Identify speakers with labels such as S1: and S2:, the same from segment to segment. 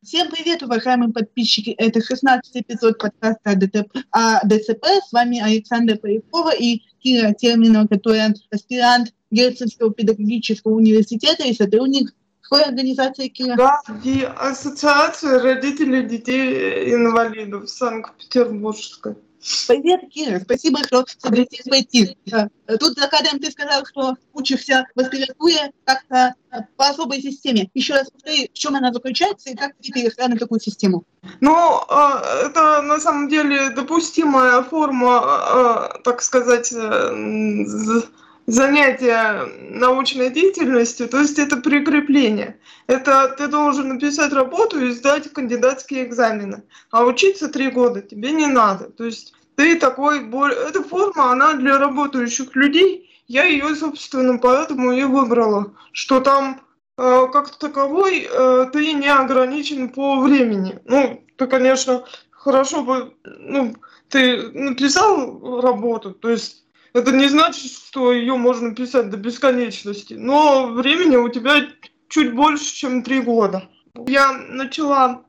S1: Всем привет, уважаемые подписчики. Это 16-й эпизод подкаста ДЦП. С вами Александра Полякова и Кира Терминова, которая аспирант Герценского педагогического университета и сотрудник какой организации, Кира?
S2: Да, и Ассоциация родителей детей-инвалидов Санкт-Петербургской.
S1: Привет, Кира. Спасибо, что согласилась пойти. Тут за кадром ты сказал, что учишься в аспирантуре как-то по особой системе. Еще раз повтори, в чем она заключается и как ты перешла на такую систему?
S2: Ну, это на самом деле допустимая форма, так сказать, занятия научной деятельностью, то есть это прикрепление. Это ты должен написать работу и сдать кандидатские экзамены, а учиться 3 года тебе не надо. То есть ты такой, эта форма, она для работающих людей, я ее, собственно, поэтому и выбрала, что там как таковой ты не ограничен по времени. Ну, ты, конечно, хорошо бы, ты написал работу, то есть это не значит, что ее можно писать до бесконечности, но времени у тебя чуть больше, чем 3 года. Я начала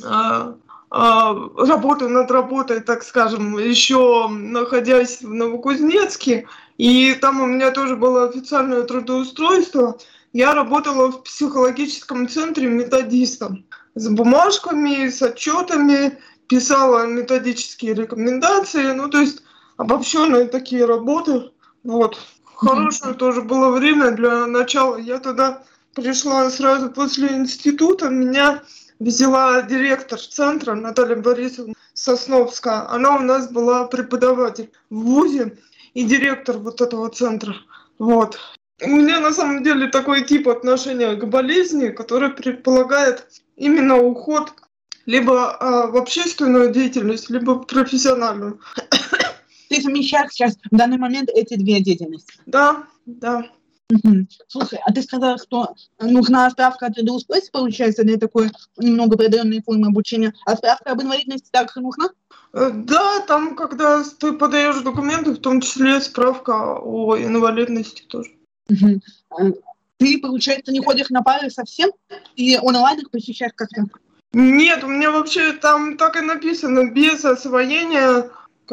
S2: работу над работой, так скажем, еще находясь в Новокузнецке, и там у меня тоже было официальное трудоустройство. Я работала в психологическом центре методистом с бумажками, с отчетами, писала методические рекомендации, ну, то есть обобщенные такие работы. Вот. Хорошее тоже было время для начала. Я туда пришла сразу после института. Меня взяла директор центра Наталья Борисовна Сосновская. Она у нас была преподаватель в ВУЗе и директор вот этого центра. Вот. У меня на самом деле такой тип отношения к болезни, который предполагает именно уход либо в общественную деятельность, либо в профессиональную.
S1: Ты совмещаешь сейчас в данный момент эти две деятельности?
S2: Да.
S1: Угу. Слушай, а ты сказала, что нужна справка о трудоустройстве, получается, для такой немного продленной формы обучения, а справка об инвалидности также нужна?
S2: Да, там, когда ты подаешь документы, в том числе справка о инвалидности тоже.
S1: Угу. Ты, получается, не ходишь на пары совсем? И онлайн их посещаешь как-то?
S2: Нет, у меня вообще там так и написано, без освоения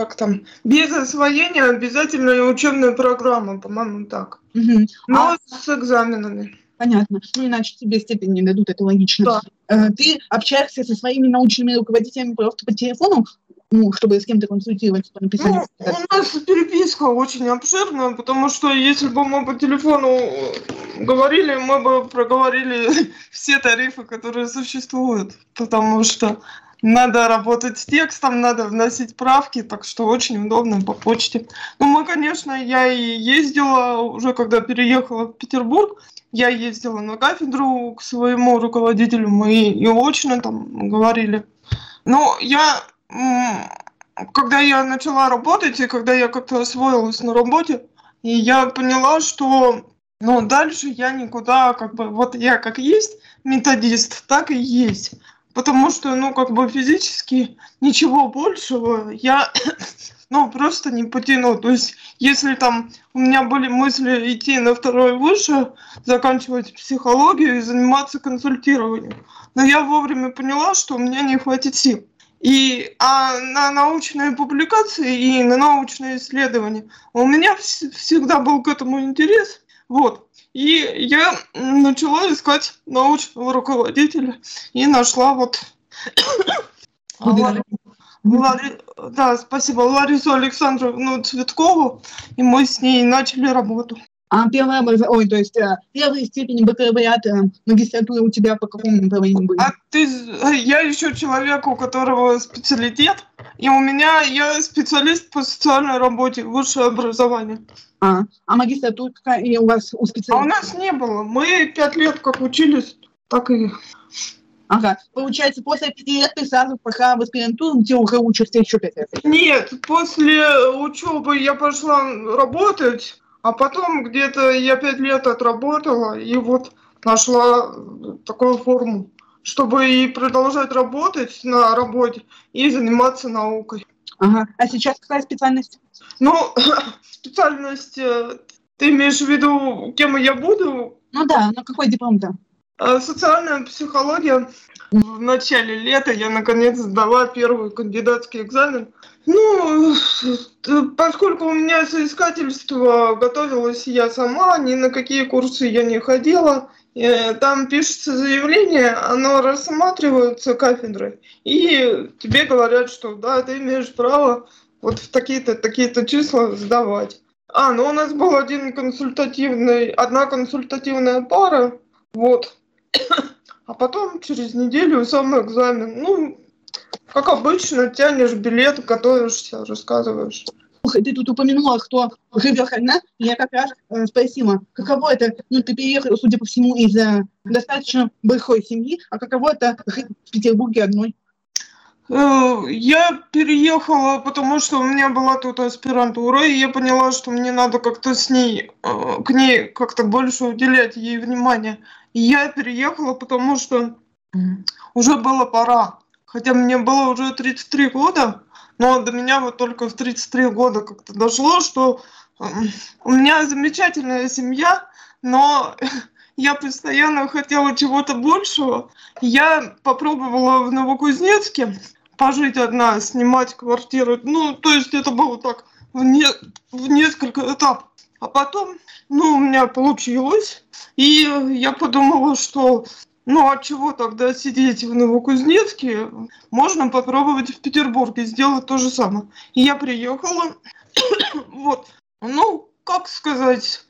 S2: обязательная учебная программа, по-моему, так.
S1: Угу.
S2: Но с экзаменами.
S1: Понятно. Ну, иначе тебе степень не дадут, это логично. Да. Ты общаешься со своими научными руководителями просто по телефону, чтобы с кем-то консультироваться по написанию?
S2: У нас переписка очень обширная, потому что если бы мы по телефону говорили, мы бы проговорили все тарифы, которые существуют, потому что надо работать с текстом, надо вносить правки, так что очень удобно по почте. Ну, я и ездила, уже когда переехала в Петербург, я ездила на кафедру к своему руководителю, мы и очно там говорили. Но когда я начала работать, и когда я как-то освоилась на работе, и я поняла, что дальше я никуда, вот я как есть методист, так и есть. Потому что, физически ничего большего я, просто не потяну. То есть, если там у меня были мысли идти на второе высшее, заканчивать психологию и заниматься консультированием, но я вовремя поняла, что у меня не хватит сил. А на научные публикации и на научные исследования у меня всегда был к этому интерес. Вот. И я начала искать научного руководителя и нашла Ларису Александровну Цветкову, и мы с ней начали работу.
S1: Первая степень бакалавриата, магистратура у тебя по какому направлению были?
S2: Я еще человек, у которого специалитет, и я специалист по социальной работе, высшее образование.
S1: А магистратура какая и у вас у специалиста?
S2: А у нас не было. Мы 5 лет как учились, так и...
S1: Ага. Получается, после 5 лет ты сразу пошла в аспирантуру, где уже учишься еще 5 лет?
S2: Нет, после учебы я пошла работать, а потом где-то я 5 лет отработала и вот нашла такую форму, чтобы и продолжать работать на работе и заниматься наукой.
S1: Ага. А сейчас какая специальность?
S2: Специальность, ты имеешь в виду, кем я буду?
S1: Ну да, какой диплом-то?
S2: Социальная психология. В начале лета я наконец сдала первый кандидатский экзамен. Ну, поскольку у меня соискательство, готовилась я сама, ни на какие курсы я не ходила. Там пишется заявление, оно рассматривается кафедрой, и тебе говорят, что да, ты имеешь право вот в такие-то числа сдавать. Ну у нас был одна консультативная пара, вот. А потом через неделю сам экзамен. Ну, как обычно, тянешь билет, готовишься, рассказываешь.
S1: Ты тут упомянула, кто живет одна. Я как раз спросила, каково это, ты переехала, судя по всему, из достаточно большой семьи, а каково это жить в Петербурге одной?
S2: Я переехала, потому что у меня была тут аспирантура, и я поняла, что мне надо как-то к ней как-то больше уделять ей внимание. И я переехала, потому что уже было пора. Хотя мне было уже 33 года, но до меня вот только в 33 года как-то дошло, что у меня замечательная семья, но я постоянно хотела чего-то большего. Я попробовала в Новокузнецке пожить одна, снимать квартиру. Ну, то есть это было так в несколько этапов. А потом, у меня получилось. И я подумала, что а чего тогда сидеть в Новокузнецке? Можно попробовать в Петербурге сделать то же самое. И я приехала. Вот. Как сказать,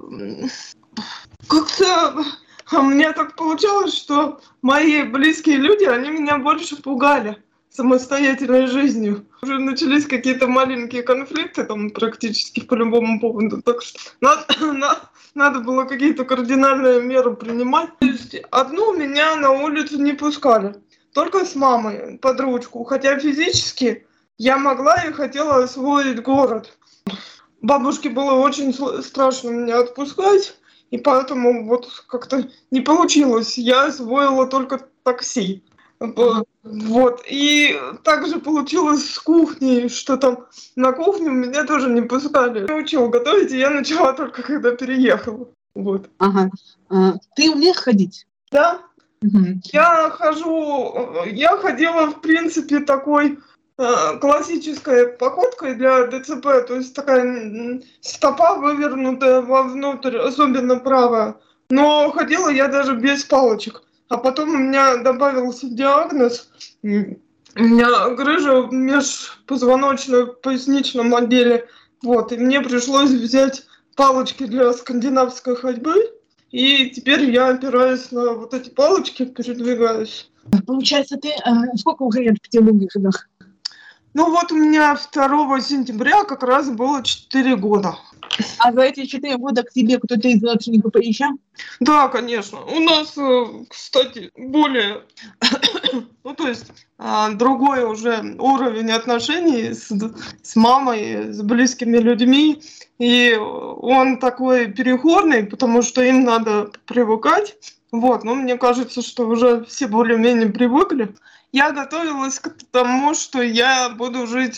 S2: как-то у меня так получалось, что мои близкие люди, они меня больше пугали самостоятельной жизнью. Уже начались какие-то маленькие конфликты там практически по любому поводу. Так что надо было какие-то кардинальные меры принимать. То есть одну меня на улицу не пускали. Только с мамой под ручку. Хотя физически я могла и хотела освоить город. Бабушке было очень страшно меня отпускать. И поэтому вот как-то не получилось. Я освоила только такси. Вот. И также получилось с кухней, что там на кухню меня тоже не пускали. Я учила готовить, и я начала только когда переехала. Вот.
S1: Ага. Ты умеешь ходить?
S2: Да.
S1: Угу.
S2: Я ходила, в принципе, такой классической походкой для ДЦП, то есть такая стопа вывернутая вовнутрь, особенно правая. Но ходила я даже без палочек. А потом у меня добавился диагноз. У меня грыжа в межпозвоночно-поясничном отделе. Вот, и мне пришлось взять палочки для скандинавской ходьбы. И теперь я опираюсь на вот эти палочки, передвигаюсь.
S1: Получается, ты сколько уже лет в Петербурге живешь?
S2: Вот у меня 2 сентября как раз было 4 года.
S1: А за эти 4 года к тебе кто-то из родственников приезжал?
S2: Да, конечно. У нас, кстати, более, то есть другой уже уровень отношений с мамой, с близкими людьми. И он такой переходный, потому что им надо привыкать. Вот, мне кажется, что уже все более-менее привыкли. Я готовилась к тому, что я буду жить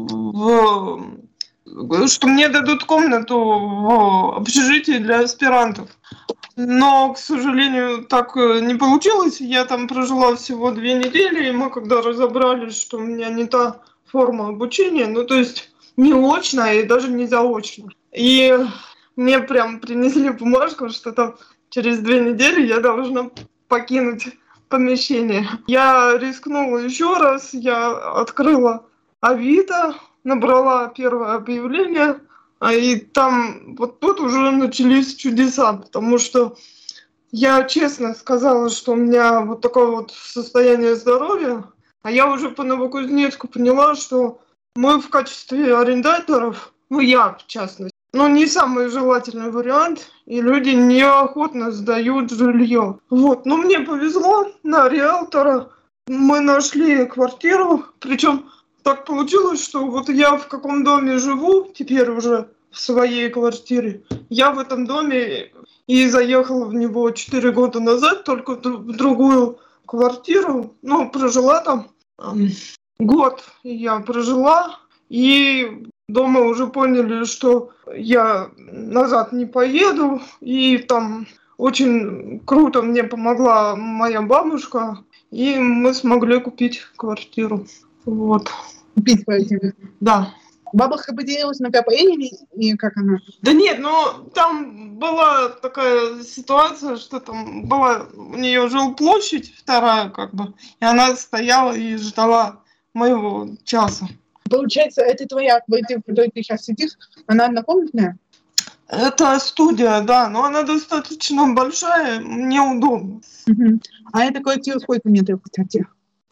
S2: что мне дадут комнату в общежитии для аспирантов. Но, к сожалению, так не получилось. Я там прожила всего 2 недели, и мы когда разобрались, что у меня не та форма обучения, то есть не очно и даже не заочно. И мне прям принесли бумажку, что там через 2 недели я должна покинуть помещение. Я рискнула еще раз, я открыла Авито, набрала первое объявление, и там вот тут уже начались чудеса, потому что я честно сказала, что у меня вот такое вот состояние здоровья, а я уже по Новокузнецку поняла, что мы в качестве арендаторов, я в частности, не самый желательный вариант, и люди неохотно сдают жилье. Вот, мне повезло на риэлтора, мы нашли квартиру, причем так получилось, что вот я в каком доме живу, теперь уже в своей квартире. Я в этом доме и заехала в него 4 года назад, только в другую квартиру. Прожила там год я прожила, и дома уже поняли, что я назад не поеду, и там очень круто мне помогла моя бабушка, и мы смогли купить квартиру. Вот.
S1: Купить квартиру?
S2: Да.
S1: Бабушка поделилась на КП или как она?
S2: Да нет, но там была такая ситуация, что там была, у нее жилплощадь вторая, как бы, и она стояла и ждала моего часа.
S1: Получается, это твоя квартира, в которой ты сейчас сидишь, она однокомнатная?
S2: Это студия, да, но она достаточно большая, мне удобно.
S1: Угу. А эта квартира сколько метров, кстати?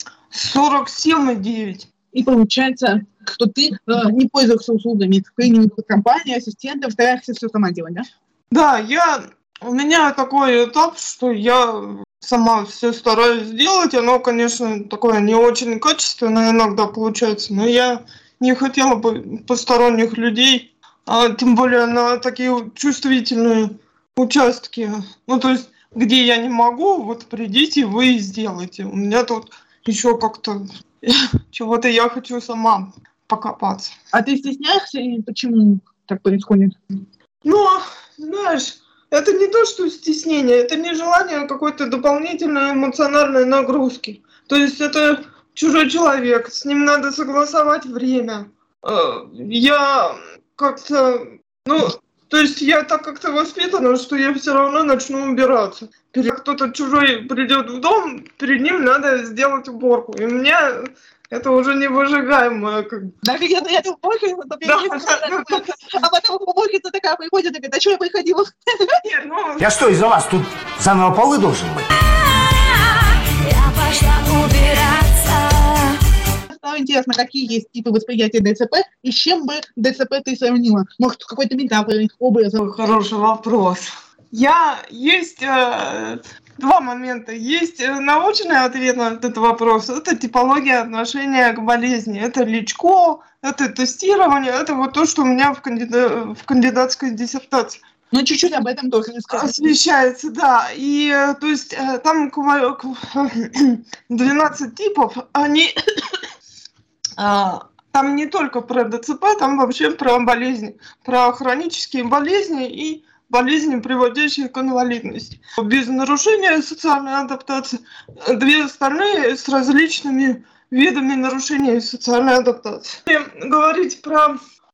S2: 47,9.
S1: И получается, что ты не пользуешься услугами клининговых компаний, ассистентов, стараешься все сама делать, да?
S2: Да, у меня такой этап, что я сама все стараюсь сделать. Оно, конечно, такое не очень качественное иногда получается, но я не хотела бы посторонних людей, тем более на такие чувствительные участки. Ну, то есть, где я не могу, вот придите вы и сделайте. У меня тут еще как-то чего-то я хочу сама покопаться.
S1: А ты стесняешься и почему так происходит?
S2: Ну, знаешь, это не то, что стеснение, это не желание какой-то дополнительной эмоциональной нагрузки. То есть это чужой человек, с ним надо согласовать время. Я как-то, то есть я так как-то воспитана, что я все равно начну убираться. Кто-то чужой придет в дом, перед ним надо сделать уборку. И мне это уже невыжигаемое.
S1: Да, я уборка, а потом уборщица такая приходит и говорит, а что я приходила?
S3: Я что, из-за вас тут заново полы должен быть?
S4: Я пошла убираться.
S1: Стало интересно, какие есть типы восприятия ДЦП и с чем бы ДЦП ты сравнила? Может, какой-то метафорой, образом?
S2: Хороший вопрос. Есть два момента. Есть научный ответ на этот вопрос. Это типология отношения к болезни. Это личко, это тестирование. Это вот то, что у меня в кандидатской диссертации.
S1: Ну, чуть-чуть об этом тоже расскажи.
S2: Освещается, да. И, то есть, там 12 типов, они... Там не только про ДЦП, там вообще про болезни. Про хронические болезни и болезни, приводящие к инвалидности. Без нарушения социальной адаптации. Две остальные с различными видами нарушения социальной адаптации. Если говорить про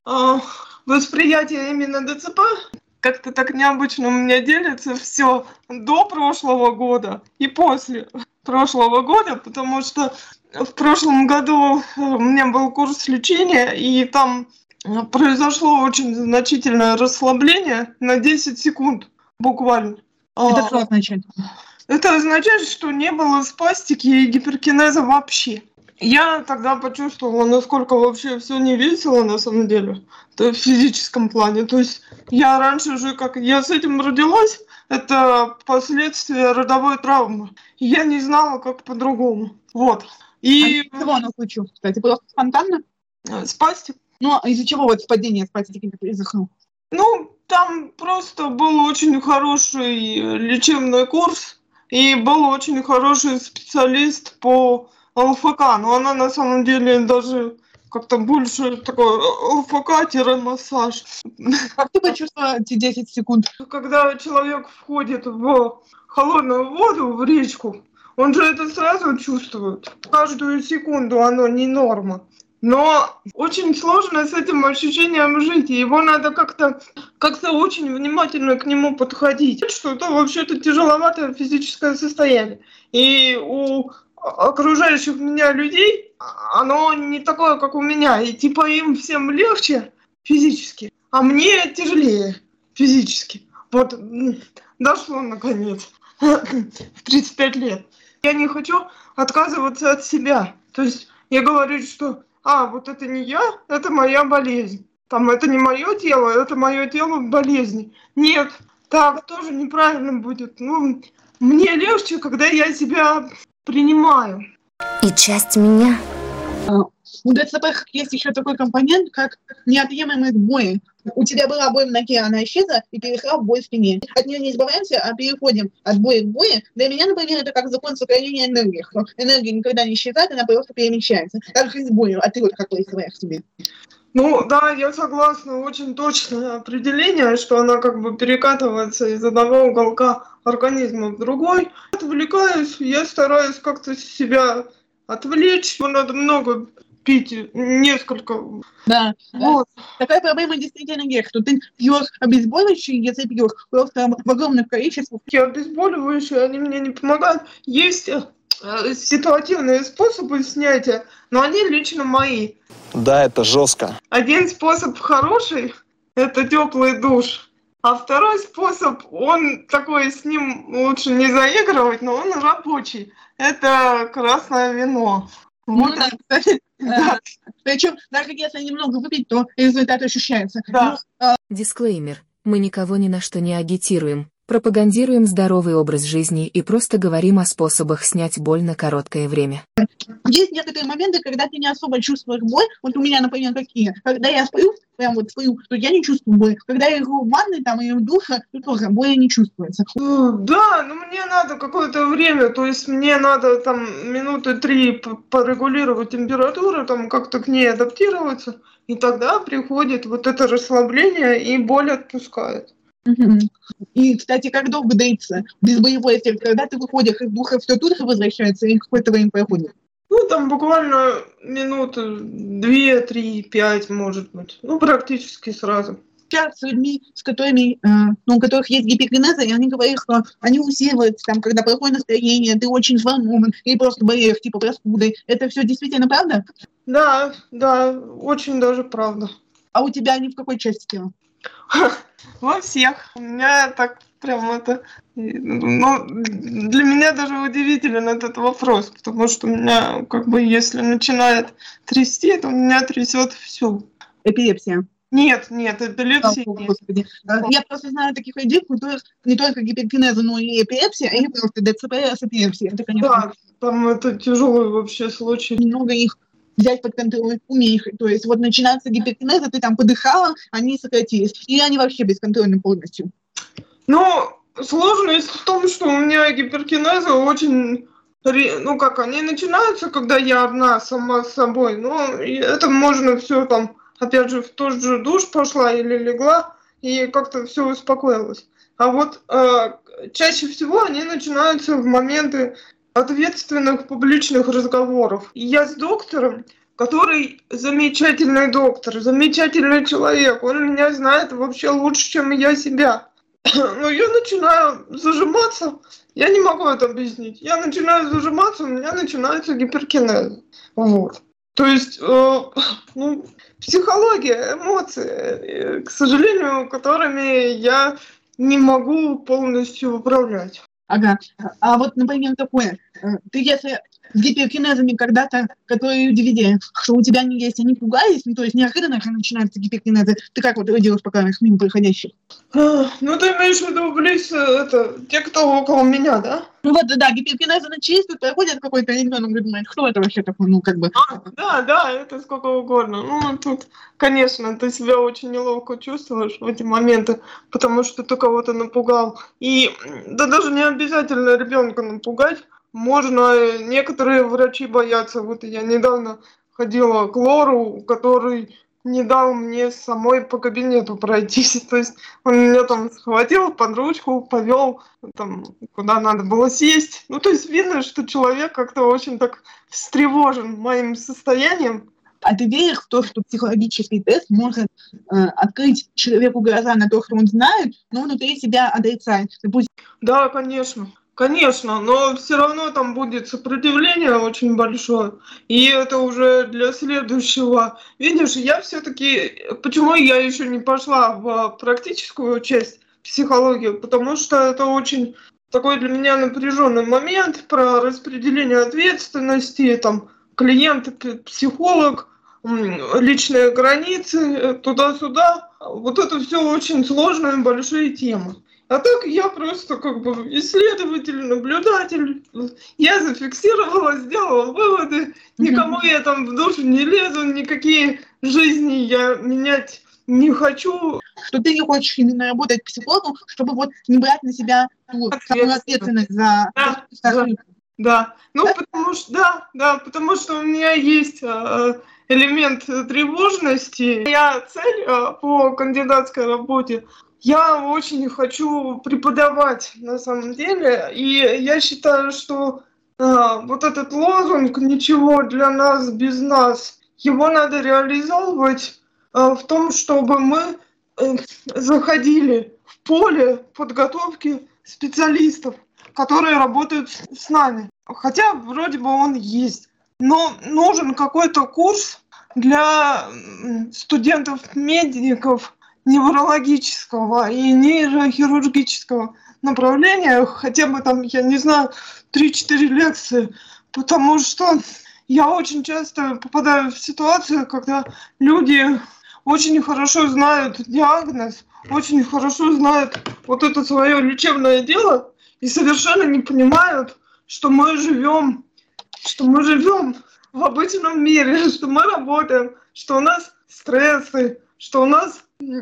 S2: восприятие именно ДЦП, как-то так необычно у меня делится все до прошлого года и после прошлого года, потому что в прошлом году у меня был курс лечения, и там произошло очень значительное расслабление на 10 секунд буквально.
S1: Это что означает?
S2: Это означает, что не было спастики и гиперкинеза вообще. Я тогда почувствовала, насколько вообще все не весело на самом деле, в физическом плане. То есть я раньше же, как я с этим родилась, это последствия родовой травмы. Я не знала, как по-другому. Вот. И...
S1: А чего оно случилось, кстати? Просто спонтанно?
S2: Спастик.
S1: Ну, а из-за чего вот падение спастики произошло?
S2: Ну, там просто был очень хороший лечебный курс, и был очень хороший специалист по ЛФК, но она на самом деле даже как-то больше такой ЛФК-массаж.
S1: Как ты почувствовала эти 10 секунд?
S2: Когда человек входит в холодную воду, в речку, он же это сразу чувствует. Каждую секунду оно не норма. Но очень сложно с этим ощущением жить, и его надо как-то очень внимательно к нему подходить. Что это вообще-то тяжеловатое физическое состояние. И у окружающих меня людей оно не такое, как у меня. И типа им всем легче физически, а мне тяжелее физически. Вот дошло наконец в 35 лет. Я не хочу отказываться от себя. То есть я говорю, что вот это не я, это моя болезнь. Там это не мое тело, это мое тело в болезни. Нет, так тоже неправильно будет. Ну, мне легче, когда я себя принимаю.
S4: И часть меня.
S1: У ДЦП есть еще такой компонент, как неотъемлемые сбои. У тебя была боль в ноге, она исчезла и перешла в боль в спине. От нее не избавляемся, а переходим от боли к боли. Для меня, например, это как закон сохранения энергии. Энергия никогда не исчезает, она просто перемещается. Так же и с болью. А ты вот как представляешь себе?
S2: Ну да, я согласна, очень точное определение, что она как бы перекатывается из одного уголка организма в другой. Отвлекаюсь, я стараюсь как-то себя отвлечь. Надо много пить, несколько.
S1: Да,
S2: Вот.
S1: такая проблема действительно есть, что ты пьешь обезболивающие, если пьешь просто в огромных количествах.
S2: Те обезболивающие, они мне не помогают. Есть ситуативные способы снятия, но они лично мои.
S5: Да, это жестко.
S2: Один способ хороший – это теплый душ. А второй способ, он такой, с ним лучше не заигрывать, но он рабочий. Это красное вино.
S1: Ну
S2: Вот
S1: да,
S2: это-
S1: кстати,
S2: да.
S1: причем даже если немного выпить, то результат ощущается.
S2: Да.
S6: Дисклеймер. Мы никого ни на что не агитируем, пропагандируем здоровый образ жизни и просто говорим о способах снять боль на короткое время.
S1: Есть некоторые моменты, когда ты не особо чувствуешь боль. Вот у меня, например, какие. Когда я сплю, прям вот сплю, то я не чувствую боль. Когда я лежу в ванной там или в душе, то тоже боли не чувствуется.
S2: Да, но мне надо какое-то время, то есть мне надо там минуты 3 порегулировать температуру, там как-то к ней адаптироваться, и тогда приходит вот это расслабление и боль отпускает.
S1: Мгм. И, кстати, как долго длится безбоевой эффект? Когда ты выходишь из духа, все тут же возвращается или какое-то время проходит?
S2: Ну, там буквально минуты 2, 3, 5, может быть. Ну, практически сразу.
S1: Сейчас с людьми, с которыми, у которых есть гипергенеза, и они говорят, что они усиливаются, там, когда плохое настроение, ты очень взволнован, или просто болеешь, типа простудой. Это все действительно правда?
S2: Да, да, очень даже правда.
S1: А у тебя они в какой части тела?
S2: Во всех. У меня так прям это... Ну, для меня даже удивителен этот вопрос, потому что у меня, как бы, если начинает трясти, то у меня трясет все.
S1: Эпилепсия.
S2: Нет,
S1: Слава
S2: эпилепсии
S1: богу,
S2: нет.
S1: Господи. Я просто знаю таких людей, у которых не только гипергенеза, но и эпилепсия, или просто ДЦП с эпилепсией. Это, конечно,
S2: Да, там это тяжелый вообще случай.
S1: немного их взять под контроль, умеешь. То есть вот начинается гипергенеза, ты там подыхала, они сократились. И они вообще бесконтрольны полностью.
S2: Но сложность в том, что у меня гиперкинеза очень... Ну как, они начинаются, когда я одна сама с собой. Но и это можно все там, опять же, в тот же душ пошла или легла, и как-то все успокоилось. А вот чаще всего они начинаются в моменты ответственных публичных разговоров. И я с доктором, который замечательный доктор, замечательный человек. Он меня знает вообще лучше, чем я себя. Но я начинаю зажиматься, я не могу это объяснить. Я начинаю зажиматься, у меня начинается гиперкинез. Вот. То есть, ну, психология, эмоции, к сожалению, которыми я не могу полностью управлять.
S1: Ага. А вот, например, такое. Ты если с гиперкинезами когда-то, которые люди видели, что у тебя они есть, они пугались, ну, то есть неожиданно же начинаются гиперкинезы. Ты как вот делаешь пока их мимо проходящих?
S2: Ну, ты имеешь в виду близ, это, те, кто около меня, да?
S1: Ну вот, да, гиперкинезы начались, тут проходит какой-то ребенок, думает, кто это вообще такой, ну, как бы.
S2: Да, это сколько угодно. Ну, тут, конечно, ты себя очень неловко чувствуешь в эти моменты, потому что ты кого-то напугал. И да даже не обязательно ребенка напугать. Можно, некоторые врачи боятся. Вот я недавно ходила к лору, который не дал мне самой по кабинету пройтись. То есть он меня там схватил под ручку, повел там, куда надо было сесть. Ну, то есть видно, что человек как-то очень так встревожен моим состоянием.
S1: А ты веришь в то, что психологический тест может открыть человеку глаза на то, что он знает, но внутри себя отрицает? Допустим,
S2: Да, конечно. Конечно, но все равно там будет сопротивление очень большое. И это уже для следующего. Видишь, я все-таки... Почему я еще не пошла в практическую часть психологии? Потому что это очень такой для меня напряженный момент про распределение ответственности, там, клиент, психолог, личные границы, туда-сюда. Вот это все очень сложные большие темы. А так я просто как бы исследователь, наблюдатель. Я зафиксировала, сделала выводы. Никому я там в душу не лезу, никакие жизни я менять не хочу.
S1: что ты не хочешь именно работать психологом, чтобы вот не брать на себя ту самую ответственность за
S2: Да. Ну, потому что, да, потому что у меня есть элемент тревожности. Моя цель по кандидатской работе, я очень хочу преподавать на самом деле, и я считаю, что вот этот лозунг «Ничего для нас без нас», его надо реализовывать в том, чтобы мы заходили в поле подготовки специалистов, которые работают с нами. Хотя вроде бы он есть. Но нужен какой-то курс для студентов-медиков неврологического и нейрохирургического направления, хотя бы там, я не знаю, 3-4 лекции, потому что я очень часто попадаю в ситуацию, когда люди очень хорошо знают диагноз, очень хорошо знают вот это свое лечебное дело и совершенно не понимают, что мы живем в обычном мире, что мы работаем, что у нас стрессы, что у нас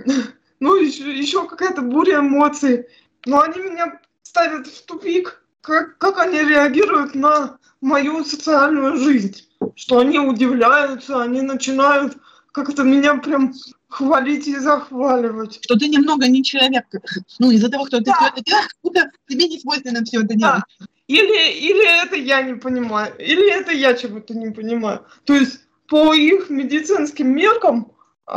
S2: еще какая-то буря эмоций. Но они меня ставят в тупик, как они реагируют на мою социальную жизнь, что они удивляются, они начинают как-то меня прям хвалить и захваливать.
S1: Что ты немного не человек. Из-за того, что ты все это делаешь, как будто тебе не свойственно все это делать.
S2: Или это я не понимаю, или это я чего-то не понимаю. То есть по их медицинским меркам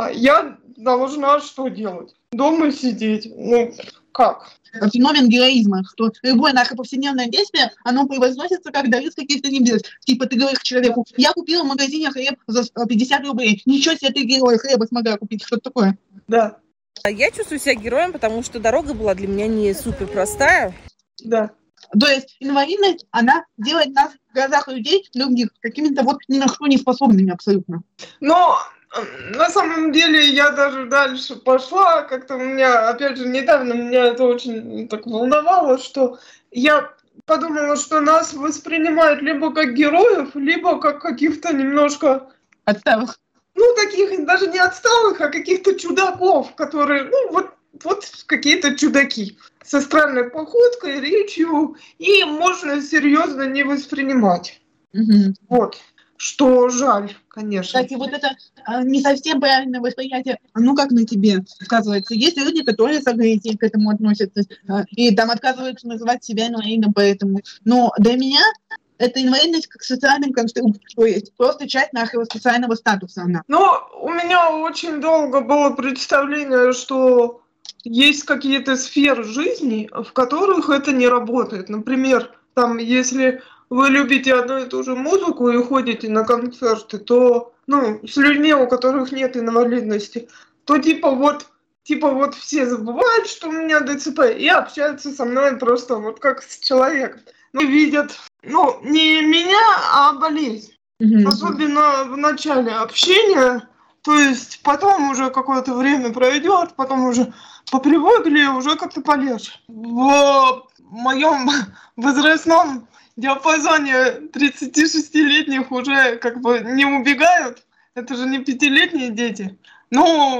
S2: я должна что делать? Дома сидеть. Как?
S1: Феномен героизма, что любое наше повседневное действие, оно превозносится как дар из каких-то небес. Типа ты говоришь человеку: я купила в магазине хлеб за 50 рублей. Ничего себе, ты герой, хлеба смогла купить. Что-то такое.
S2: Да.
S7: Я чувствую себя героем, потому что дорога была для меня не супер простая.
S2: Да.
S1: То есть инвалидность, она делает нас в глазах людей, других, какими-то ни на что не способными абсолютно.
S2: Но на самом деле я даже дальше пошла, как-то у меня, опять же, недавно меня это очень так волновало, что я подумала, что нас воспринимают либо как героев, либо как каких-то немножко
S1: Отсталых.
S2: таких даже не отсталых, а каких-то чудаков, которые, вот какие-то чудаки со странной походкой, речью, и можно серьезно не воспринимать.
S1: Угу.
S2: Вот. Что жаль, конечно.
S1: Кстати, вот это не совсем правильное восприятие, как на тебе сказывается. Есть люди, которые с агрессией к этому относятся, и там отказываются называть себя инвалидом, поэтому. Но для меня это инвалидность как социальный конструкт, то есть просто часть нашего социального статуса она.
S2: У меня очень долго было представление, что есть какие-то сферы жизни, в которых это не работает. Например, там, если вы любите одну и ту же музыку и ходите на концерты, то, с людьми, у которых нет инвалидности, то типа все забывают, что у меня ДЦП, и общаются со мной просто вот как с человеком. Видят, не меня, а болезнь.
S1: Угу.
S2: Особенно в начале общения, то есть потом уже какое-то время пройдет, потом уже попривыкли, уже как-то полегче. В моем возрастном диапазоне 36-летних уже как бы не убегают. Это же не 5-летние дети. Но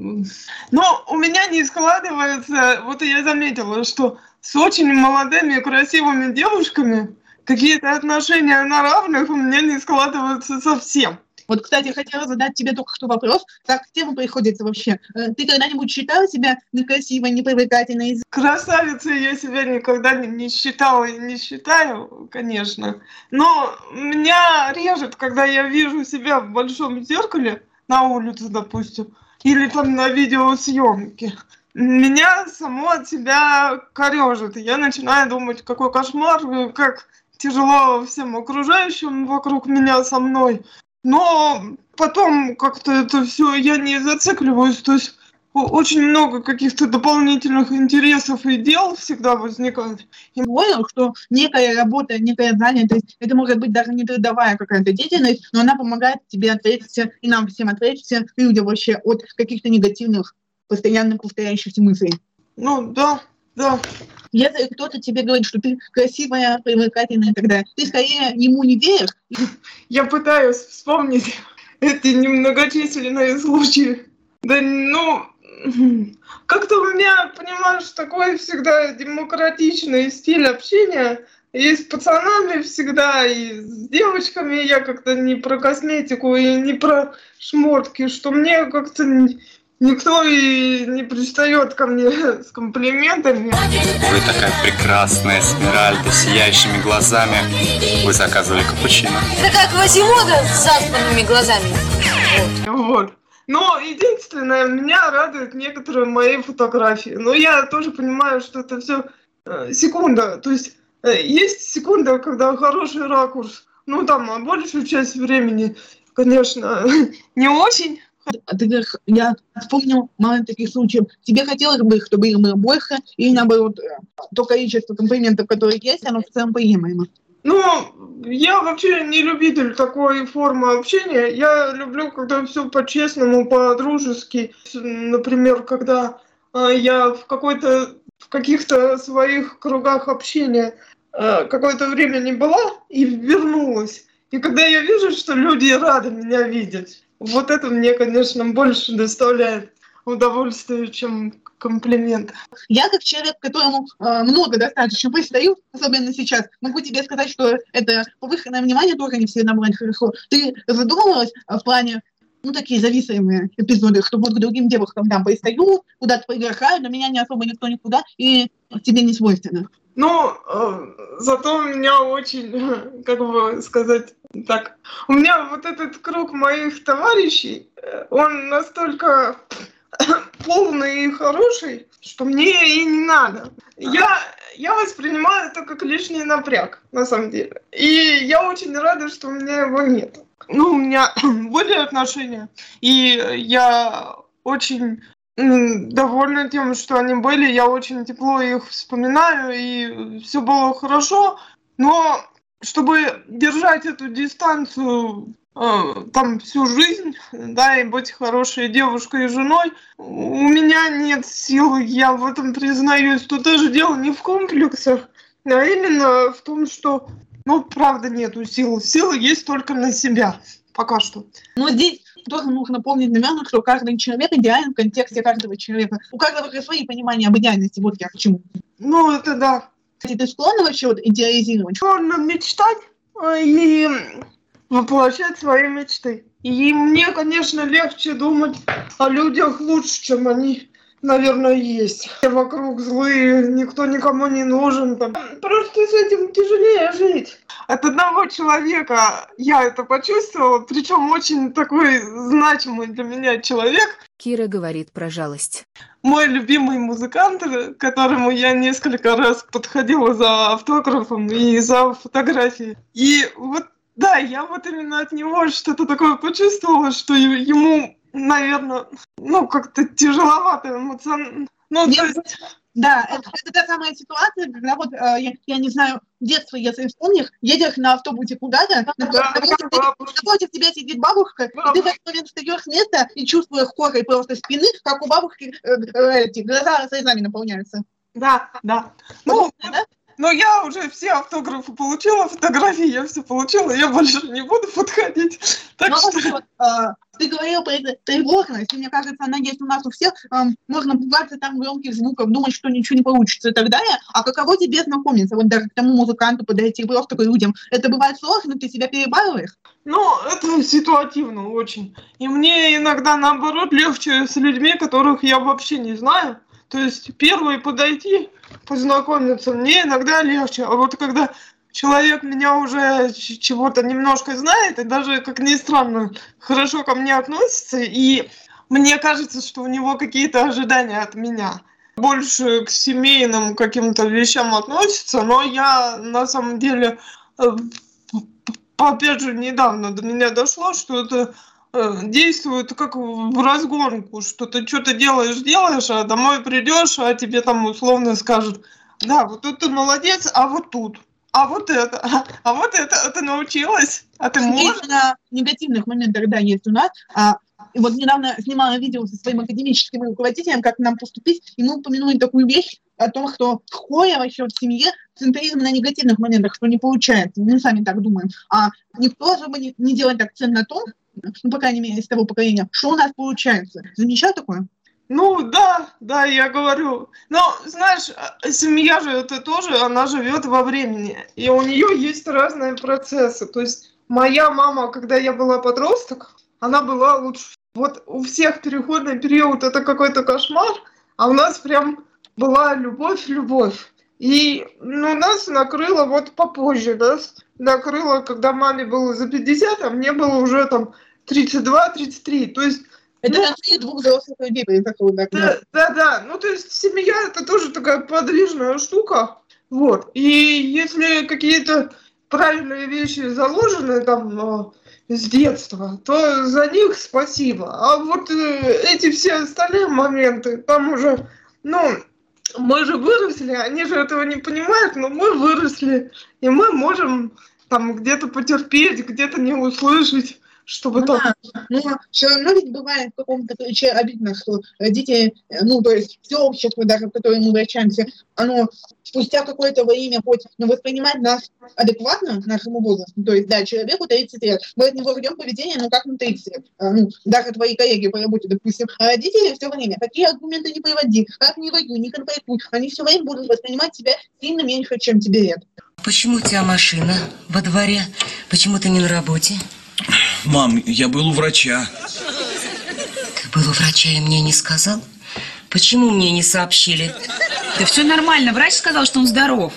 S2: у меня не складывается, вот я заметила, что с очень молодыми красивыми девушками какие-то отношения на равных у меня не складываются совсем.
S1: Вот, кстати, хотела задать тебе только что вопрос, как к теме приходится вообще. Ты когда-нибудь считала себя некрасивой, непривлекательной?
S2: Красавицей я себя никогда не считала и не считаю, конечно. Но меня режет, когда я вижу себя в большом зеркале на улице, допустим, или там на видеосъемке. Меня само от себя корежит. Я начинаю думать, какой кошмар, как тяжело всем окружающим вокруг меня, со мной. Но потом как-то это все я не зацикливаюсь, то есть очень много каких-то дополнительных интересов и дел всегда возникает.
S1: Я понял, что некая работа, некая занятость, это может быть даже не трудовая какая-то деятельность, но она помогает тебе отвлечься, и нам всем отвлечься, людям вообще, от каких-то негативных, постоянно повторяющихся мыслей.
S2: Да.
S1: Если кто-то тебе говорит, что ты красивая, привлекательная, тогда ты скорее ему не веришь.
S2: Я пытаюсь вспомнить эти немногочисленные случаи. Как-то у меня, понимаешь, такой всегда демократичный стиль общения. и с пацанами всегда, и с девочками. Я как-то не про косметику и не про шмотки, что мне как-то никто и не пристает ко мне с комплиментами.
S8: Вы такая прекрасная, Эсмеральда, с сияющими глазами. Вы заказывали капучино.
S9: Это как Квазимода с заспанными глазами.
S2: Вот. Но единственное, меня радуют некоторые мои фотографии. Но я тоже понимаю, что это все секунда. То есть есть секунда, когда хороший ракурс. Ну там, а большую часть времени, конечно, не очень.
S1: Я вспомнил мало таких случаев. Тебе хотелось бы, чтобы их было больше, или наоборот, то количество комплиментов, которые есть, оно в целом приемлемо?
S2: Ну, я вообще не любитель такой формы общения. Я люблю, когда все по-честному, по-дружески. Например, когда я в каких-то своих кругах общения какое-то время не была и вернулась. И когда я вижу, что люди рады меня видеть, вот это мне, конечно, больше доставляет удовольствие, чем комплимент.
S1: Я, как человек, которому много достаточно пристаю, особенно сейчас, могу тебе сказать, что это повышенное внимание тоже не всегда бывает хорошо. Ты задумывалась в плане, такие зависимые эпизоды, что вот к другим девушкам там пристаю, куда-то приглашаю, но меня не особо никто никуда, и тебе не свойственно?
S2: Ну, зато у меня очень, как бы сказать так, у меня вот этот круг моих товарищей, он настолько полный и хороший, что мне и не надо. Я воспринимаю это как лишний напряг, на самом деле. И я очень рада, что у меня его нет. У меня были отношения, и я очень довольна тем, что они были. Я очень тепло их вспоминаю, и все было хорошо. Но чтобы держать эту дистанцию там всю жизнь, да, и быть хорошей девушкой и женой, у меня нет сил, я в этом признаюсь. Тут даже дело не в комплексах, а именно в том, что, правда, нету сил. Силы есть только на себя, пока что.
S1: Но здесь тоже нужно помнить, наверное, что каждый человек идеален в контексте каждого человека. У каждого же свои понимания об идеальности, вот я к чему.
S2: Это да.
S1: Ты склонна вообще идеализировать?
S2: Склонна мечтать и воплощать свои мечты. И мне, конечно, легче думать о людях лучше, чем они, наверное, есть. Вокруг злые, никто никому не нужен. Просто с этим тяжелее жить. От одного человека я это почувствовала, причем очень такой значимый для меня человек.
S6: Кира говорит про жалость.
S2: Мой любимый музыкант, к которому я несколько раз подходила за автографом и за фотографией. И вот, да, я вот именно от него что-то такое почувствовала, что ему, наверное, как-то тяжеловато эмоционально.
S1: Да, это та самая ситуация, когда вот, я не знаю, детство, если вспомнишь, едешь на автобусе куда-то, напротив тебя сидит бабушка, и ты в этот момент встаешь с места и чувствуешь корой просто спины, как у бабушки глаза слезами наполняются.
S2: Да. Но я уже все автографы получила, фотографии я все получила, я больше не буду подходить. Так что...
S1: Ты говорила про эту тревожность, и мне кажется, она есть у нас у всех. Можно пугаться там громких звуков, думать, что ничего не получится и так далее. А каково тебе знакомиться? Вот даже к тому музыканту подойти, просто к людям. Это бывает сложно, ты себя перебарываешь?
S2: Это ситуативно очень. И мне иногда, наоборот, легче с людьми, которых я вообще не знаю. То есть первый подойти, познакомиться, мне иногда легче. А вот когда человек меня уже чего-то немножко знает, и даже, как ни странно, хорошо ко мне относится, и мне кажется, что у него какие-то ожидания от меня. Больше к семейным каким-то вещам относится, но я на самом деле, опять же, недавно до меня дошло, что это действует как в разгонку, что ты что-то делаешь, а домой придешь, а тебе там условно скажут: да, вот тут ты молодец, а вот тут. А вот это ты научилась, а ты можешь?
S1: На негативных моментах, да, есть у нас. И вот недавно снимала видео со своим академическим руководителем, как нам поступить, и мы упомянули такую вещь о том, что в школе, вообще в семье центризм на негативных моментах, что не получается. Мы сами так думаем. А никто особо не делает акцент на том, по крайней мере, из того поколения, что у нас получается. Замечал такое?
S2: Ну, да, я говорю. Но, знаешь, семья же это тоже, она живет во времени. И у нее есть разные процессы. То есть моя мама, когда я была подросток, она была лучше. Вот у всех переходный период это какой-то кошмар, а у нас прям была любовь. И нас накрыло вот попозже, нас накрыло, когда маме было за 50, а мне было уже там 32-33. То есть
S1: это нашли двух взрослых людей произошло.
S2: Да. То есть семья это тоже такая подвижная штука. Вот. И если какие-то правильные вещи заложены там с детства, то за них спасибо. А вот эти все остальные моменты, там уже, мы же выросли, они же этого не понимают, но мы выросли, и мы можем там где-то потерпеть, где-то не услышать. Чтобы
S1: но все равно ведь бывает в каком-то ключе обидно, что родители, то есть все общество, даже в которое мы обращаемся, оно спустя какое-то время хоть воспринимать нас адекватно нашему возрасту. То есть, да, человеку 30 лет, мы от него ждем поведения, как на 30 лет. Даже твои коллеги по работе, допустим. А родители все время, какие аргументы не приводи, как не воюй, не конфликтуй, они все время будут воспринимать тебя сильно меньше, чем тебе лет.
S10: Почему у тебя машина во дворе? Почему ты не на работе?
S11: Мам, я был у врача.
S10: Ты был у врача и мне не сказал? Почему мне не сообщили?
S9: Да все нормально, врач сказал, что он здоров.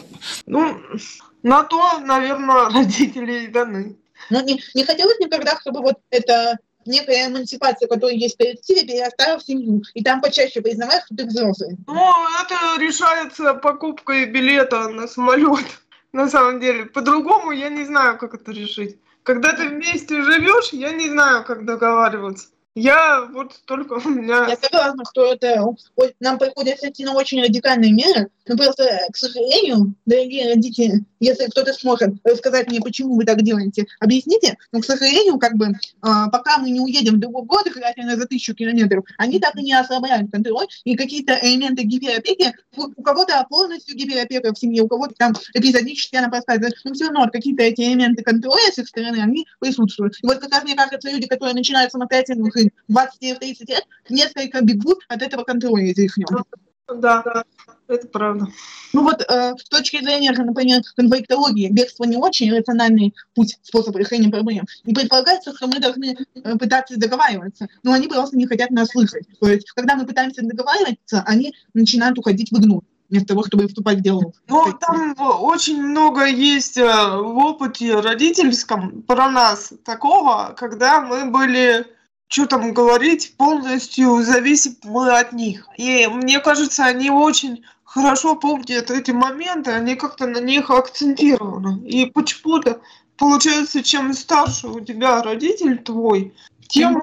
S2: На то, наверное, родители и даны.
S1: Не хотелось никогда, чтобы вот это некая эмансипация, которая есть в коллективе, перерастала в семью. И там почаще признавать, что ты взрослый.
S2: Это решается покупкой билета на самолет. На самом деле. По-другому я не знаю, как это решить. Когда ты вместе живешь, я не знаю, как договариваться. Я вот только у меня...
S1: Я согласна, что нам приходится идти на очень радикальные меры, но просто, к сожалению, дорогие родители, если кто-то сможет рассказать мне, почему вы так делаете, объясните, но, к сожалению, пока мы не уедем в другой город, желательно за 1000 километров, они так и не ослабляют контроль, и какие-то элементы гиперопеки, у кого-то полностью гиперопека в семье, у кого-то там эпизодически она проскальзывает, но все равно какие-то эти элементы контроля с их стороны, они присутствуют. И вот как раз, мне кажется, люди, которые начинают самостоятельно 20 или 30 лет, несколько бегут от этого контроля из их.
S2: Да, это правда.
S1: С точки зрения, например, конфликтологии, бегство не очень рациональный способ решения проблем. И предполагается, что мы должны пытаться договариваться, но они просто не хотят нас слышать. То есть, когда мы пытаемся договариваться, они начинают уходить в игнор, вместо того, чтобы вступать в диалог.
S2: Там очень много есть в опыте родительском про нас такого, когда мы были... Что там говорить, полностью зависимы от них. И мне кажется, они очень хорошо помнят эти моменты, они как-то на них акцентированы. И почему-то получается, чем старше у тебя родитель твой, тем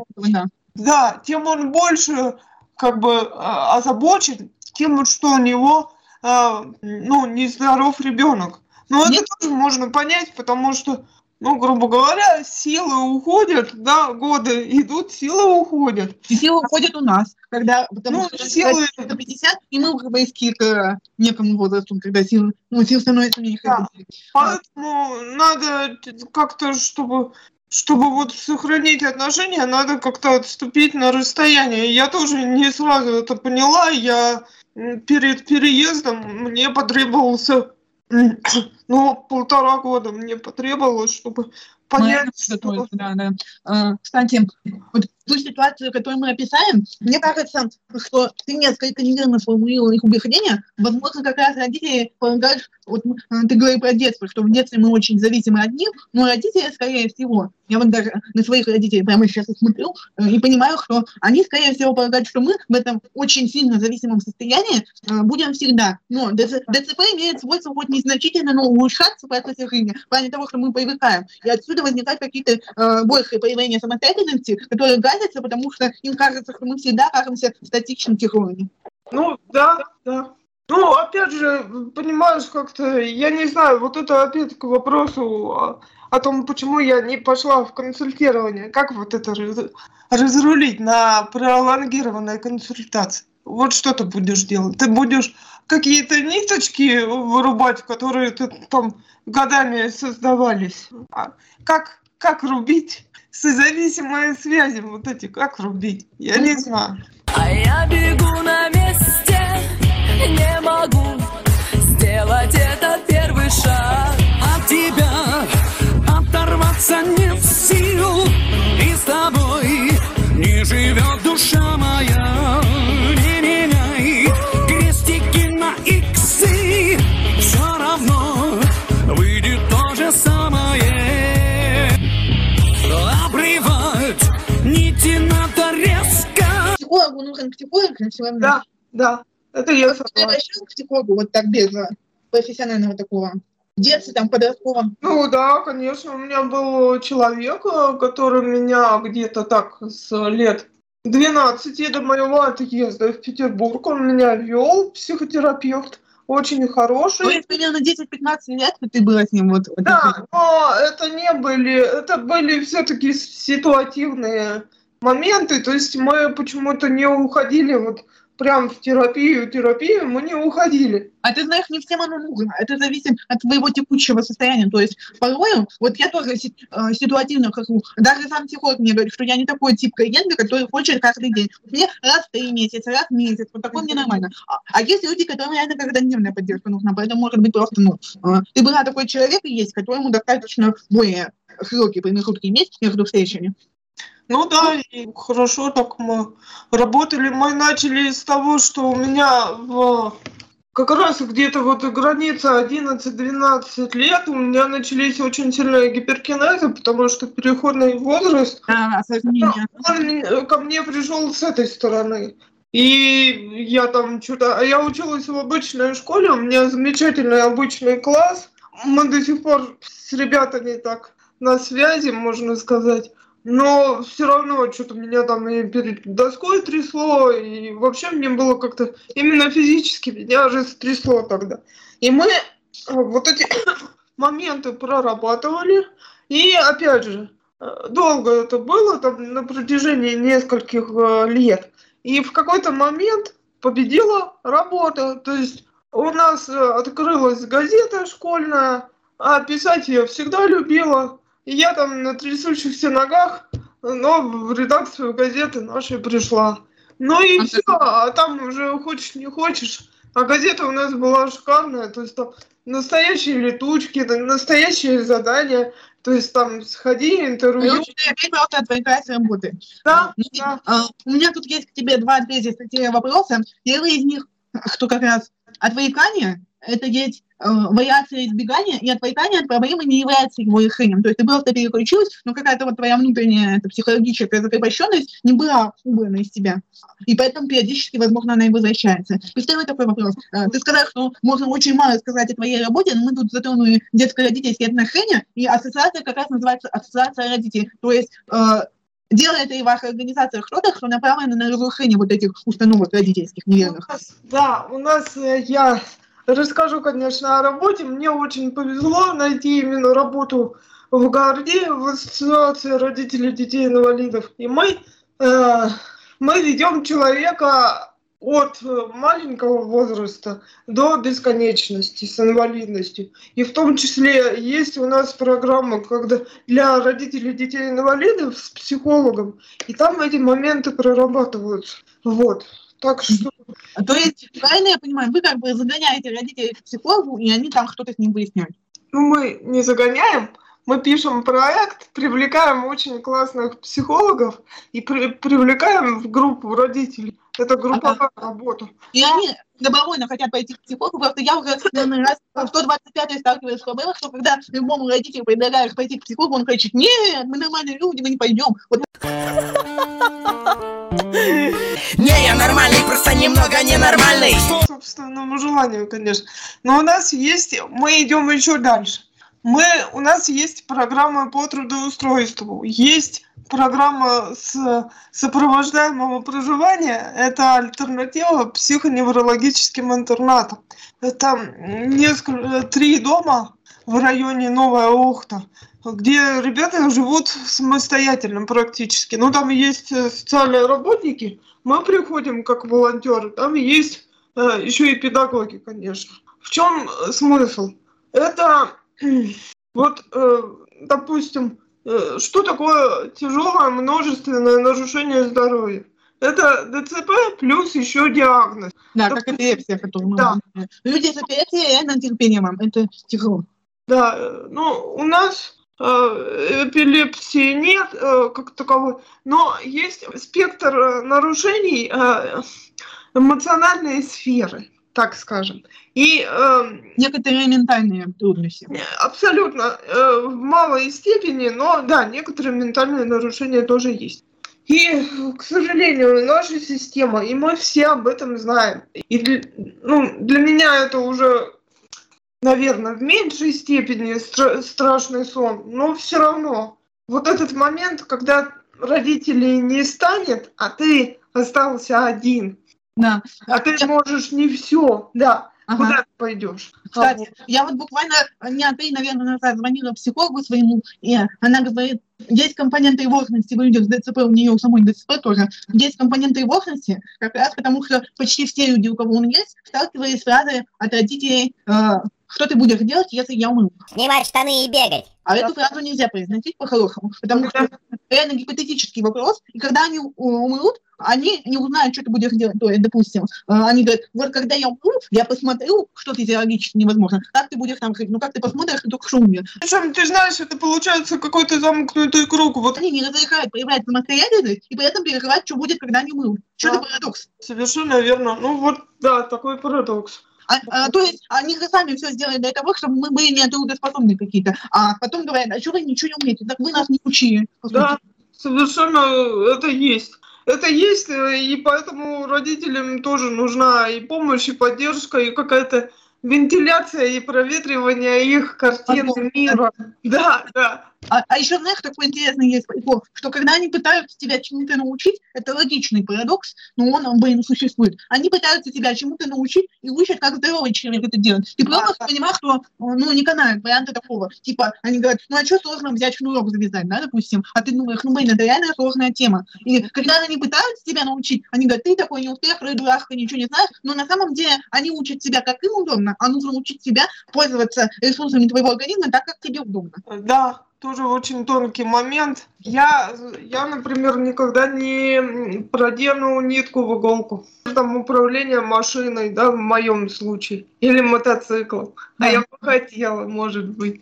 S2: он больше озабочен тем, что у него нездоров ребенок. Но это тоже можно понять, потому что грубо говоря, силы уходят, годы идут, силы уходят.
S1: И силы уходят у нас, потому что силы 50, и мы уже близки к некому возрасту, когда сил становится меньше.
S2: Поэтому надо как-то, чтобы сохранить отношения, надо как-то отступить на расстояние. Я тоже не сразу это поняла, я перед переездом мне потребовался... 1,5 года мне потребовалось, чтобы понять, что...
S1: Кстати, вот ту ситуацию, которую мы описали, мне кажется, что ты несколько неверно сформулировал их убеждения. Возможно, как раз родители полагают, ты говоришь про детство, что в детстве мы очень зависимы от них, но родители, скорее всего, я даже на своих родителей прямо сейчас смотрю и понимаю, что они, скорее всего, полагают, что мы в этом очень сильно зависимом состоянии будем всегда. Но ДЦП имеет свойство хоть незначительно, но улучшаться в процессе жизни, в плане того, что мы привыкаем. И отсюда возникают какие-то большие проявления самостоятельности, которые гадятся, потому что им кажется, что мы всегда окажемся статичным тихоне.
S2: Да. Опять же, понимаешь, как-то, я не знаю, вот это опять к вопросу о том, почему я не пошла в консультирование. Как вот это разрулить на пролонгированной консультации? Вот что ты будешь делать? Ты будешь какие-то ниточки вырубать, которые там годами создавались? Как рубить? Созависимые связи вот эти, как рубить? Я не знаю.
S4: А я бегу на месте, не могу сделать этот первый шаг.
S12: От тебя оторваться нет сил, и с тобой не живет душа моя. Не меняй крестики на иксы, все равно выйдет то же самое. Обрывать нити надо резко.
S1: Психологу нужен психолог на все равно.
S2: Да, это я согласна.
S1: Ты обращалась к психологу вот так без профессионального такого? В детстве, там, подростковом?
S2: Ну да, конечно, у меня был человек, который меня где-то так с лет 12 до моего отъезда в Петербург, он меня вел, психотерапевт, очень хороший.
S1: То есть примерно 10-15 лет ты была с ним? Вот
S2: да, но это были все-таки ситуативные моменты, то есть мы почему-то не уходили вот прям в терапию мы не уходили.
S1: А ты знаешь, не всем оно нужно. Это зависит от твоего текущего состояния. То есть порой, вот я тоже ситуативно хожу. Даже сам психолог мне говорит, что я не такой тип клиента, который хочет каждый день. Мне раз в 3 месяца, раз в месяц. Вот такое мне нормально. А есть люди, которым реально каждодневная поддержка нужна. Поэтому, может быть, просто, ты была такой человек и есть, которому достаточно более широкий промежутки месяц между встречами.
S2: Ну да, и хорошо так мы работали. Мы начали с того, что у меня как раз где-то вот граница 11-12 лет у меня начались очень сильные гиперкинезы, потому что переходный возраст, он ко мне пришел с этой стороны. И я там я училась в обычной школе, у меня замечательный обычный класс. Мы до сих пор с ребятами так на связи, можно сказать. Но все равно что-то меня там и перед доской трясло, и вообще мне было как-то именно физически меня же трясло тогда. И мы вот эти моменты прорабатывали, и опять же, долго это было, там на протяжении нескольких лет. И в какой-то момент победила работа, то есть у нас открылась газета школьная, а писать я всегда любила. И я там на трясущихся ногах, но в редакцию газеты нашей пришла. Ну и все, а там уже хочешь не хочешь. А газета у нас была шикарная, то есть там настоящие летучки, настоящие задания, то есть там сходи, интервью.
S1: Опять просто отвлекайся от работы.
S2: Да,
S1: У меня тут есть к тебе 2 тезиса, вопроса. Первый из них, что как раз отвлекание, это есть вариация избегания, и отвлекание от проблемы не является его решением. То есть ты просто переключилась, но какая-то вот твоя внутренняя психологическая закрепощенность не была убрана из тебя. И поэтому периодически, возможно, она и возвращается. И второй такой вопрос. Ты сказал, что можно очень мало сказать о твоей работе, но мы тут затронули детско-родительские отношения, и ассоциация как раз называется ассоциация родителей. То есть делает ли ваша организация что-то, что направлено на разрушение вот этих установок родительских неверных?
S2: У нас я расскажу, конечно, о работе. Мне очень повезло найти именно работу в ГАРДе, в Ассоциации родителей детей-инвалидов. И мы ведем человека от маленького возраста до бесконечности с инвалидностью. И в том числе есть у нас программа для родителей детей-инвалидов с психологом. И там эти моменты прорабатываются. Вот. Так что...
S1: То есть, правильно я понимаю, вы как бы загоняете родителей к психологу, и они там что-то с ним выясняют?
S2: Ну, мы не загоняем, мы пишем проект, привлекаем очень классных психологов и привлекаем в группу родителей. Это групповая работа.
S1: И они добровольно хотят пойти к психологу, просто я уже, наверное, раз в 125-й сталкиваюсь с проблемой, что когда любому родителю предлагаешь пойти к психологу, он кричит: нет, мы нормальные люди, мы не пойдем. Вот.
S12: Не, я нормальный, просто немного ненормальный.
S2: По собственному желанию, конечно. Но мы идем еще дальше. У нас есть программа по трудоустройству, есть программа сопровождаемого проживания, это альтернатива психоневрологическим интернатам. Это 3 дома в районе Новая Ухта, где ребята живут самостоятельно практически. Ну, там есть социальные работники, мы приходим как волонтеры, там есть еще и педагоги, конечно. В чем смысл? Это вот, допустим, что такое тяжелое множественное нарушение здоровья? это ДЦП плюс еще диагноз.
S1: Да, как эпилепсия, которую мы говорим. Люди с эпилепсией реально терпение вам, это тяжело.
S2: Да, ну, у нас эпилепсии нет как таковой, но есть спектр нарушений эмоциональной сферы, так скажем. И
S1: некоторые ментальные трудности.
S2: Абсолютно, в малой степени, но да, некоторые ментальные нарушения тоже есть. И, к сожалению, наша система, и мы все об этом знаем. И для меня это уже, наверное, в меньшей степени страшный сон, но все равно. Вот этот момент, когда родителей не станет, а ты остался один.
S1: Да.
S2: А ты можешь не все, да. Ага. Куда ты пойдешь?
S1: Кстати, я вот буквально дня 3, наверное, назад звонила психологу своему, и она говорит, есть компонент тревожности у людей с ДЦП, у нее у самой ДЦП тоже, есть компонент тревожности, как раз потому что почти все люди, у кого он есть, сталкивались с фразой от родителей, что ты будешь делать, если я умру?
S13: Снимать штаны и бегать.
S1: А эту фразу нельзя произносить по-хорошему, потому что реально гипотетический вопрос, и когда они умрут, они не узнают, что ты будешь делать. То есть, допустим, они говорят, вот когда я умру, я посмотрю, что физиологически невозможно. Как ты будешь там жить? Ну как ты посмотришь, ты только что умер.
S2: Причем, ты знаешь, это получается какой-то замкнутый круг. Вот.
S1: Они не разрешают проявлять самостоятельность и при этом перекрывать, что будет, когда они умрут. Что это парадокс?
S2: Совершенно верно. Ну вот, да, такой парадокс.
S1: То есть они же сами все сделали для того, чтобы мы были нетрудоспособны какие-то. А потом говорят, а что вы ничего не умеете? Так вы нас не учили.
S2: Да, совершенно это есть. Это есть, и поэтому родителям тоже нужна и помощь, и поддержка, и какая-то вентиляция, и проветривание их картины мира. Да, да.
S1: А еще, знаешь, такой интересный есть прикол, что когда они пытаются тебя чему-то научить, это логичный парадокс, но он, блин, существует. Они пытаются тебя чему-то научить и учат, как здоровый человек это делает. Ты просто понимаешь, что, не канает варианта такого. Типа, они говорят, а что сложно взять шнурок завязать, да, допустим? А ты думаешь, блин, это реально сложная тема. И когда они пытаются тебя научить, они говорят, ты такой неуспешный, дурашка, ничего не знаешь, но на самом деле они учат тебя, как им удобно, а нужно учить себя пользоваться ресурсами твоего организма так, как тебе удобно.
S2: Да. Тоже очень тонкий момент. Я, например, никогда не продену нитку в иголку. Там управление машиной, да, в моем случае. Или мотоциклом. Да. А я бы хотела, может быть.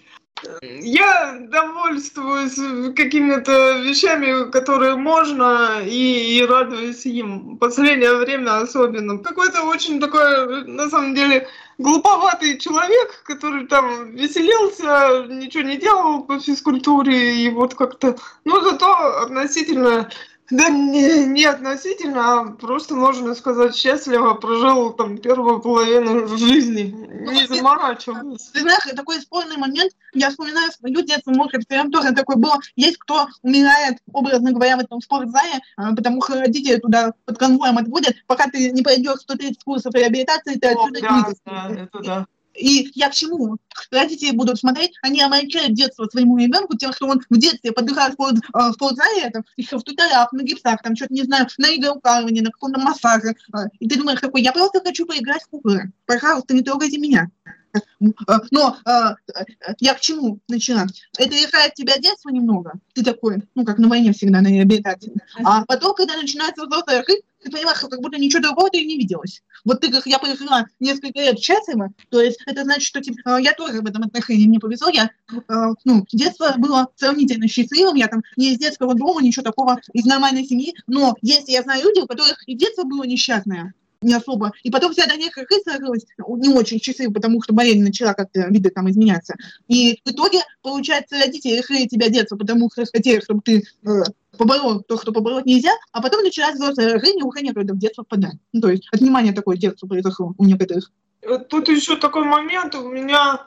S2: Я довольствуюсь какими-то вещами, которые можно, и радуюсь им. В последнее время особенно. Какой-то очень такой, на самом деле, глуповатый человек, который там веселился, ничего не делал по физкультуре, и вот как-то, зато относительно, да не относительно, а просто, можно сказать, счастливо прожил там первую половину жизни, не заморачивался.
S1: Ты знаешь, такой спорный момент, я вспоминаю свою детство, может, прям тоже такое было, есть кто умирает, образно говоря, в этом спортзале, потому что родители туда под конвоем отводят, пока ты не пройдешь 130 курсов реабилитации, ты отсюда не выйдешь.
S2: Да, это да.
S1: И я к чему? Родители будут смотреть, они омрачают детство своему ребенку тем, что он в детстве подыхает в спортзале, еще в туторах, на гипсах, там что-то, не знаю, на иглоукалывании, на каком-то массаже. И ты думаешь такой, я просто хочу поиграть в куклы. Пожалуйста, не трогайте меня. Но я к чему начала? Это лишает тебя детства немного. Ты такой, как на войне всегда, на реабилитации. А потом, когда начинается взрослая жизнь, ты понимаешь, что как будто ничего другого ты не виделось. Вот ты, как я прожила несколько лет счастливо, то есть это значит, что я тоже в этом отношении мне повезло. Детство было сравнительно счастливым, я там не из детского дома, ничего такого, из нормальной семьи, но если я знаю людей, у которых и детство было несчастное, не особо. И потом вся дальнейшая жизнь сложилась не очень счастливо, потому что болезнь начала как-то, виды там изменяться. И в итоге, получается, родители решили тебя детство, потому что хотели, чтобы ты поборол то, что побороть нельзя, а потом началась взрослая жизнь, и уже некогда в детство впадать. То есть отнимание такое детства произошло у некоторых.
S2: Тут еще такой момент, у меня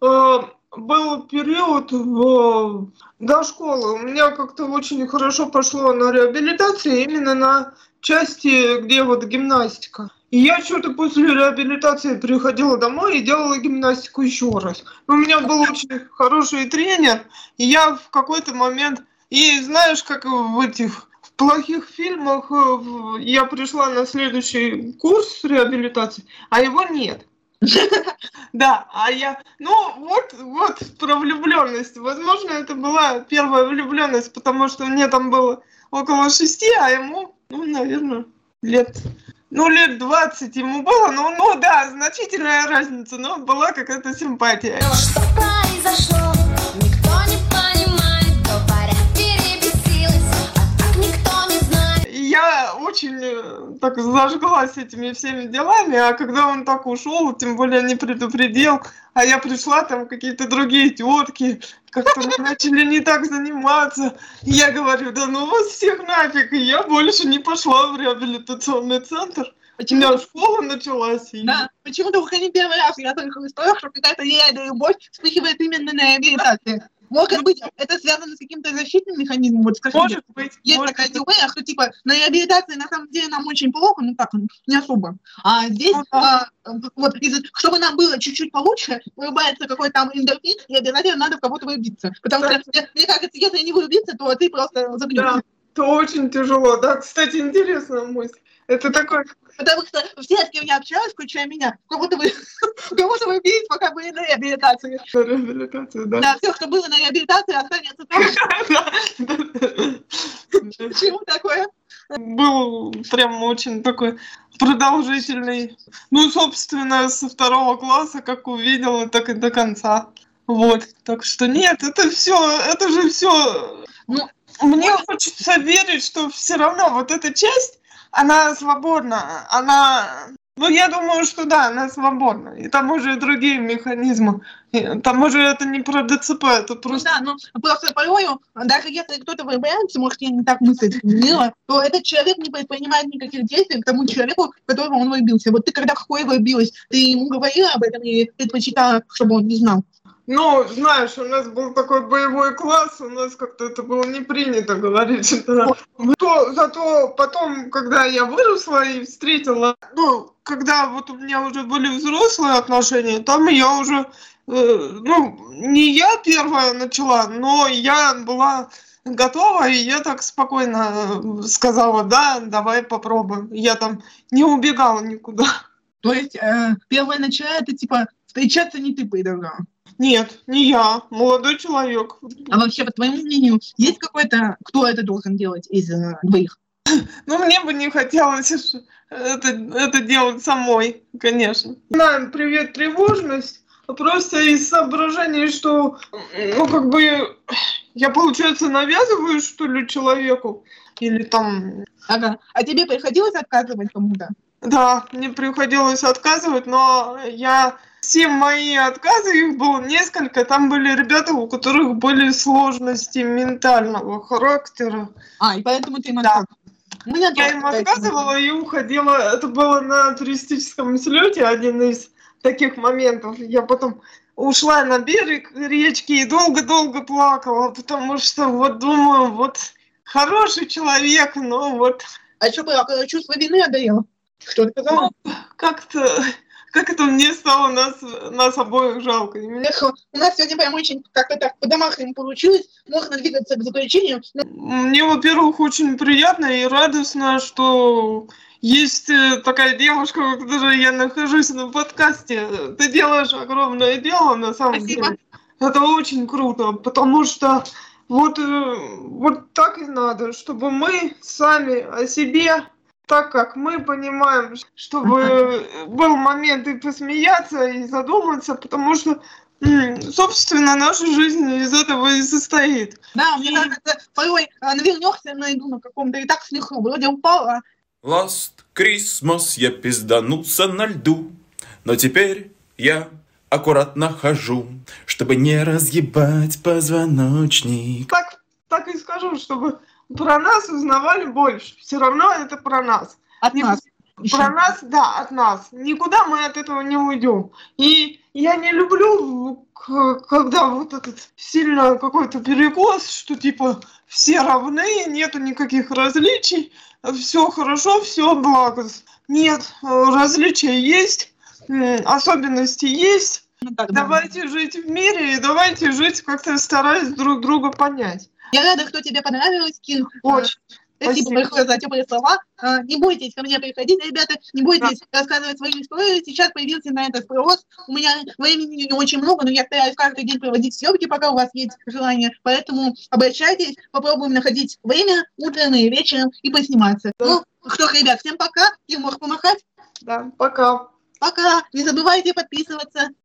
S2: был период до школы, у меня как-то очень хорошо пошло на реабилитацию, именно на части, где вот гимнастика. И я что-то после реабилитации приходила домой и делала гимнастику еще раз. У меня был очень хороший тренер, и я в какой-то момент... И знаешь, как в этих плохих фильмах я пришла на следующий курс реабилитации, а его нет. Да, а я... вот про влюбленность. Возможно, это была первая влюбленность, потому что мне там было около 6, а ему Ну, наверное, лет 20 ему было, ну да, значительная разница, но была какая-то симпатия.
S4: Но что произошло, никто не понимает, говорят, перебесилась, а так никто не знает.
S2: Я очень так зажглась этими всеми делами, а когда он так ушел, тем более не предупредил, а я пришла, там какие-то другие тетки как-то начали не так заниматься. И я говорю, да ну вас всех нафиг, и я больше не пошла в реабилитационный центр.
S1: Почему?
S2: У меня школа началась. И...
S1: Да, почему-то уже не первый раз я слышу историю, что какая-то нереальная любовь вспыхивает именно на реабилитации. Может быть, это связано с каким-то защитным механизмом? Вот скажите,
S2: может быть.
S1: Есть такая теория, что типа на реабилитации на самом деле нам очень плохо, ну так, не особо. А здесь, вот, чтобы нам было чуть-чуть получше, вырубается какой-то там эндорфин, и обязательно надо в кого-то влюбиться. Потому что, мне кажется, если не влюбиться, то ты просто загнешься.
S2: Да, это очень тяжело. Да, кстати, интересная мысль. Это такой...
S1: Потому что все, с кем я общалась, включая меня, кого-то вы били, пока были на реабилитации.
S2: На реабилитации, да.
S1: Да, все, кто было на реабилитации, останется там. Почему такое?
S2: Был прям очень такой продолжительный. Ну, собственно, со 2 класса, как увидела, так и до конца. Вот. Так что нет, это же все. Ну, мне хочется верить, что все равно вот эта часть, она свободна, ну, я думаю, что да, она свободна. И там уже и другие механизмы. И там уже это не про ДЦП, это просто...
S1: Ну да, ну просто порою, даже если кто-то влюбляется, может, я не так мысль сформулировала, то этот человек не предпринимает никаких действий к тому человеку, в которого он влюбился. Вот ты когда в кого влюбилась, ты ему говорила об этом или предпочитала, чтобы он не знал?
S2: Ну, знаешь, у нас был такой боевой класс, у нас как-то это было не принято говорить. Да. Зато потом, когда я выросла и встретила, ну, когда вот у меня уже были взрослые отношения, там я уже, не я первая начала, но я была готова, и я так спокойно сказала, да, давай попробуем. Я там не убегала никуда.
S1: То есть первое начало, это типа встречаться не ты предлагала?
S2: Нет, не я, молодой человек.
S1: А вообще, по твоему мнению, есть какой-то, кто это должен делать из двоих?
S2: Ну, мне бы не хотелось это делать самой, конечно. Знаем, привет, тревожность. Просто из соображений, что, я, получается, навязываю, что ли, человеку. Или там...
S1: Ага. А тебе приходилось отказывать кому-то?
S2: Да, мне приходилось отказывать, но все мои отказы, их было несколько, там были ребята, у которых были сложности ментального характера.
S1: И поэтому ты им
S2: отказывала? Я им отказывала и уходила. Это было на туристическом слете, один из таких моментов. Я потом ушла на берег речки и долго-долго плакала, потому что вот думаю, вот хороший человек, но вот...
S1: А что было? Чувство вины одолело? Что ты сказала?
S2: Ну, как-то мне стало нас обоих жалко.
S1: У нас сегодня прям очень как-то так по-домашнему получилось. Можно двигаться к заключению.
S2: Мне, во-первых, очень приятно и радостно, что есть такая девушка, у которой я нахожусь на подкасте. Ты делаешь огромное дело, на самом деле. Это очень круто, потому что вот так и надо, чтобы мы сами о себе... Так как мы понимаем, чтобы был момент и посмеяться, и задуматься, потому что, собственно, наша жизнь из этого и состоит.
S1: Да, мне кажется, порой навернешься, найду на каком-то, и так смеху, вроде упала.
S13: Last Christmas я пизданулся на льду, но теперь я аккуратно хожу, чтобы не разъебать позвоночник.
S2: Так и скажу, чтобы... Про нас узнавали больше. Все равно это про нас.
S1: От нас.
S2: Про нас, да, от нас. Никуда мы от этого не уйдем. И я не люблю, когда вот этот сильно какой-то перекос, что типа все равны, нету никаких различий, все хорошо, все благо. Нет, различия есть, особенности есть. Давайте жить в мире и давайте жить как-то стараясь друг друга понять.
S1: Я рада, что тебе понравилось, Кин.
S2: Очень.
S1: Спасибо большое за теплые слова. Не бойтесь ко мне приходить, ребята, не бойтесь рассказывать свою историю. Сейчас появился на это спрос. У меня времени не очень много, но я стараюсь каждый день проводить съемки, пока у вас есть желание. Поэтому обращайтесь, попробуем находить время утром и вечером и посниматься. Ну, что, ребят, всем пока. Я мог помахать?
S2: Да, пока.
S1: Пока. Не забывайте подписываться.